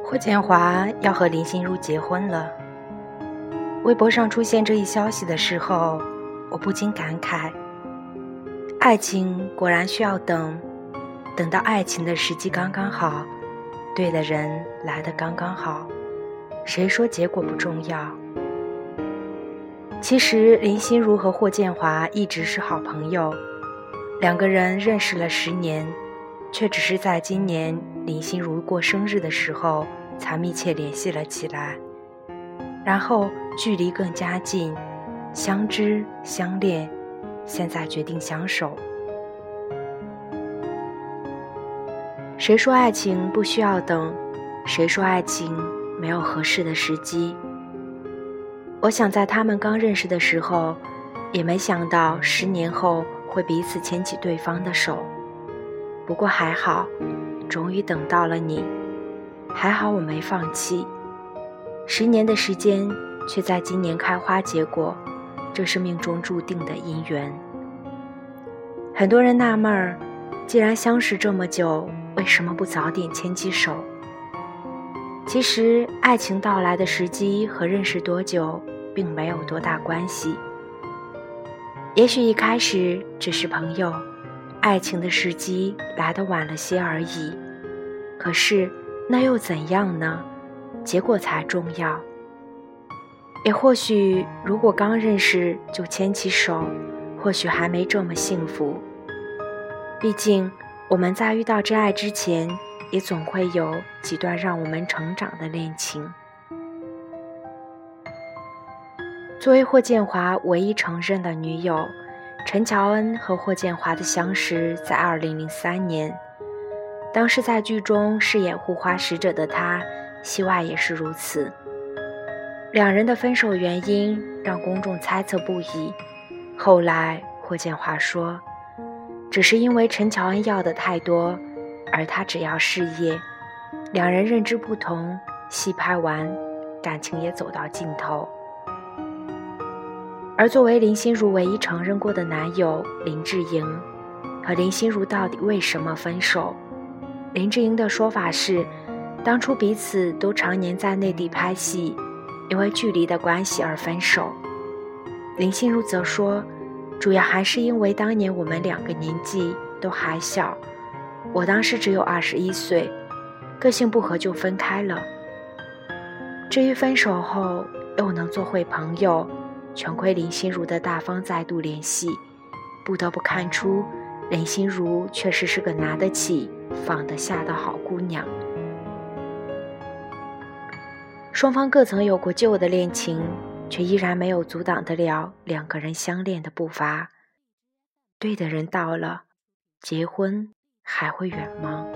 霍建华要和林心如结婚了。微博上出现这一消息的时候，我不禁感慨，爱情果然需要等到爱情的时机刚刚好，对的人来得刚刚好，谁说结果不重要？其实林心如和霍建华一直是好朋友，两个人认识了10年，却只是在今年林心如过生日的时候才密切联系了起来，然后距离更加近，相知相恋，现在决定相守。谁说爱情不需要等？谁说爱情没有合适的时机？我想在他们刚认识的时候，也没想到10年后会彼此牵起对方的手。不过还好，终于等到了你，还好我没放弃。10年的时间，却在今年开花结果，这是命中注定的姻缘。很多人纳闷，既然相识这么久，为什么不早点牵起手？其实爱情到来的时机和认识多久并没有多大关系。也许一开始只是朋友，爱情的时机来得晚了些而已。可是那又怎样呢？结果才重要。也或许如果刚认识就牵起手，或许还没这么幸福。毕竟我们在遇到真爱之前，也总会有几段让我们成长的恋情。作为霍建华唯一承认的女友，陈乔恩和霍建华的相识在2003年，当时在剧中饰演护花使者的他，戏外也是如此。两人的分手原因让公众猜测不已，后来霍建华说，只是因为陈乔恩要的太多，而他只要事业，两人认知不同，戏拍完，感情也走到尽头。而作为林心如唯一承认过的男友林志颖，和林心如到底为什么分手？林志颖的说法是，当初彼此都常年在内地拍戏，因为距离的关系而分手。林心如则说，主要还是因为当年我们2个年纪都还小，我当时只有21岁，个性不合就分开了。至于分手后又能做回朋友，全亏林心如的大方再度联系，不得不看出林心如确实是个拿得起放得下的好姑娘。双方各曾有过旧的恋情，却依然没有阻挡得了2个人相恋的步伐。对的人到了，结婚还会远吗？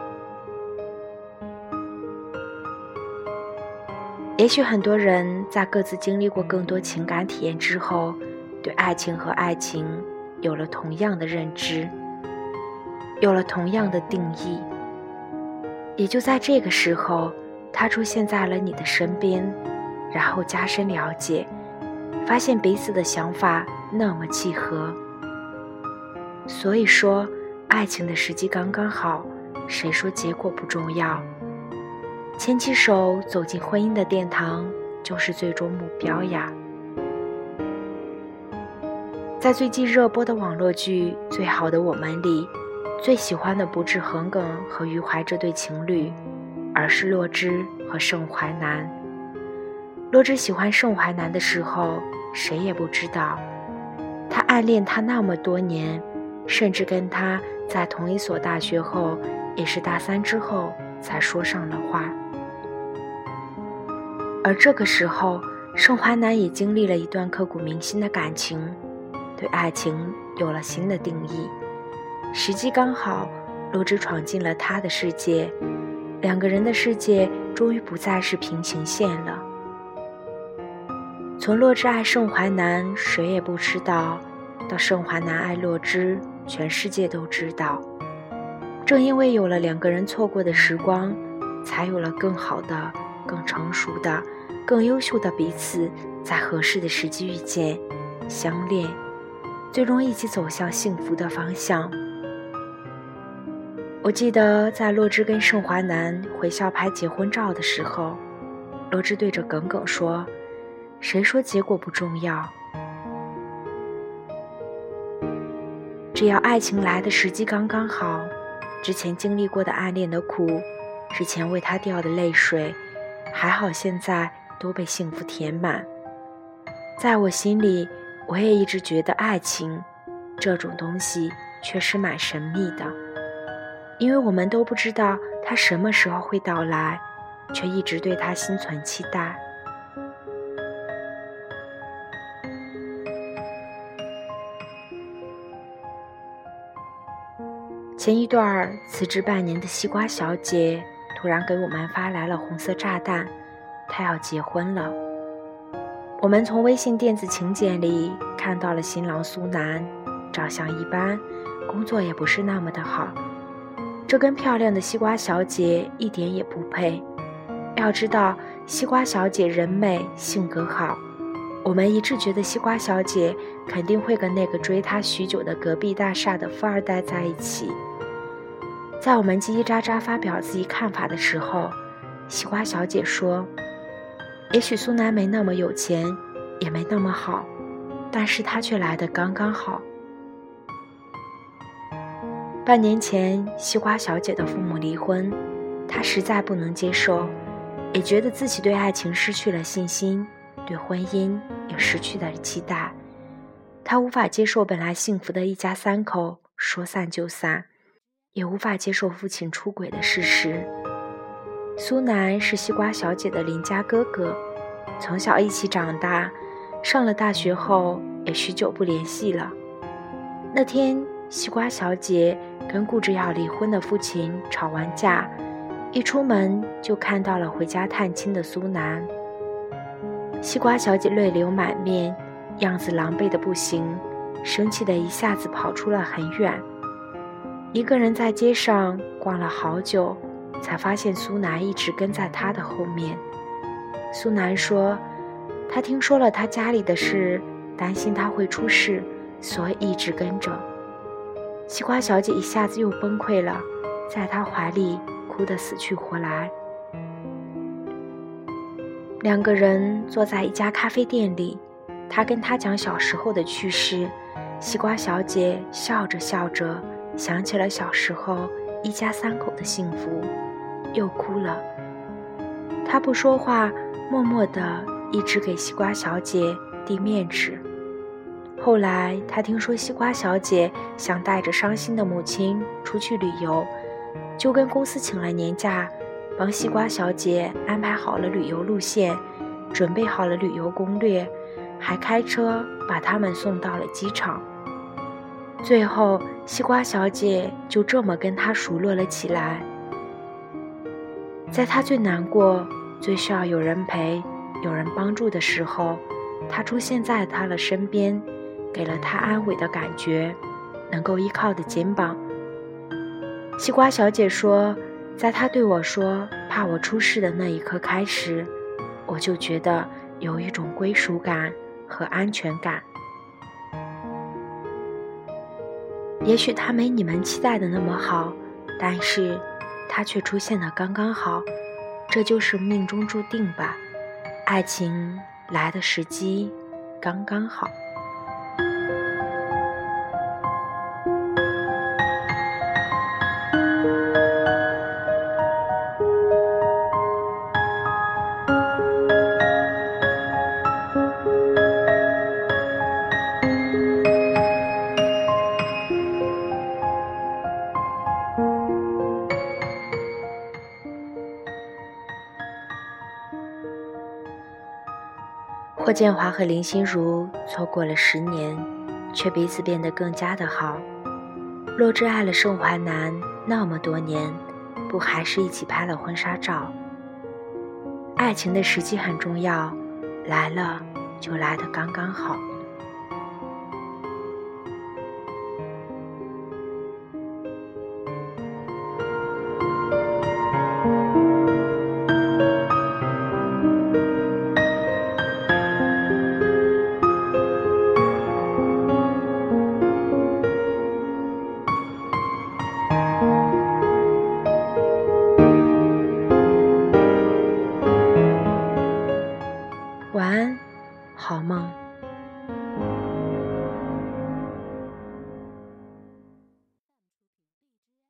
也许很多人在各自经历过更多情感体验之后，对爱情和爱情有了同样的认知，有了同样的定义。也就在这个时候，他出现在了你的身边，然后加深了解，发现彼此的想法那么契合。所以说，爱情的时机刚刚好，谁说结果不重要？牵起手走进婚姻的殿堂，就是最终目标呀。在最近热播的网络剧《最好的我们》里，最喜欢的不是恒庚和余淮这对情侣，而是洛枳和盛淮南。洛枳喜欢盛淮南的时候，谁也不知道，他暗恋他那么多年，甚至跟他在同一所大学后，也是大3之后才说上了话。而这个时候，盛淮南也经历了一段刻骨铭心的感情，对爱情有了新的定义。时机刚好，洛枳闯进了他的世界，2个人的世界终于不再是平行线了。从洛枳爱盛淮南谁也不知道，到盛淮南爱洛枳，全世界都知道。正因为有了2个人错过的时光，才有了更好的、更成熟的、更优秀的彼此，在合适的时机遇见、相恋，最终一起走向幸福的方向。 我记得在洛枳跟盛淮南回校拍结婚照的时候，洛枳对着耿耿说：“谁说结果不重要？只要爱情来的时机刚刚好，之前经历过的暗恋的苦，之前为他掉的泪水，还好现在都被幸福填满。”在我心里，我也一直觉得爱情这种东西确实蛮神秘的，因为我们都不知道它什么时候会到来，却一直对它心存期待。前一段辞职半年的西瓜小姐突然给我们发来了红色炸弹，她要结婚了。我们从微信电子请柬里看到了新郎苏南，长相一般，工作也不是那么的好，这跟漂亮的西瓜小姐一点也不配。要知道，西瓜小姐人美性格好，我们一致觉得西瓜小姐肯定会跟那个追她许久的隔壁大厦的富二代在一起。在我们叽叽喳喳发表自己看法的时候，西瓜小姐说，也许苏南没那么有钱，也没那么好，但是他却来得刚刚好。半年前，西瓜小姐的父母离婚，她实在不能接受，也觉得自己对爱情失去了信心，对婚姻也失去了期待。她无法接受本来幸福的一家三口说散就散，也无法接受父亲出轨的事实。苏南是西瓜小姐的邻家哥哥，从小一起长大，上了大学后也许久不联系了。那天，西瓜小姐跟顾着要离婚的父亲吵完架，一出门就看到了回家探亲的苏南。西瓜小姐泪流满面，样子狼狈的不行，生气的一下子跑出了很远。一个人在街上逛了好久，才发现苏南一直跟在他的后面。苏南说，他听说了他家里的事，担心他会出事，所以一直跟着。西瓜小姐一下子又崩溃了，在他怀里哭得死去活来。两个人坐在一家咖啡店里，他跟他讲小时候的趣事，西瓜小姐笑着笑着想起了小时候一家三口的幸福，又哭了。他不说话，默默地一直给西瓜小姐递面纸。后来他听说西瓜小姐想带着伤心的母亲出去旅游，就跟公司请了年假，帮西瓜小姐安排好了旅游路线，准备好了旅游攻略，还开车把他们送到了机场。最后西瓜小姐就这么跟他熟络了起来。在他最难过，最需要有人陪，有人帮助的时候，他出现在他的身边，给了他安慰的感觉，能够依靠的肩膀。西瓜小姐说，在他对我说怕我出事的那一刻开始，我就觉得有一种归属感和安全感。也许他没你们期待的那么好，但是他却出现得刚刚好，这就是命中注定吧。爱情来的时机刚刚好。霍建华和林心如错过了10年，却彼此变得更加的好。洛枳爱了盛淮南那么多年，不还是一起拍了婚纱照？爱情的时机很重要，来了就来得刚刚好。 晚安，好梦。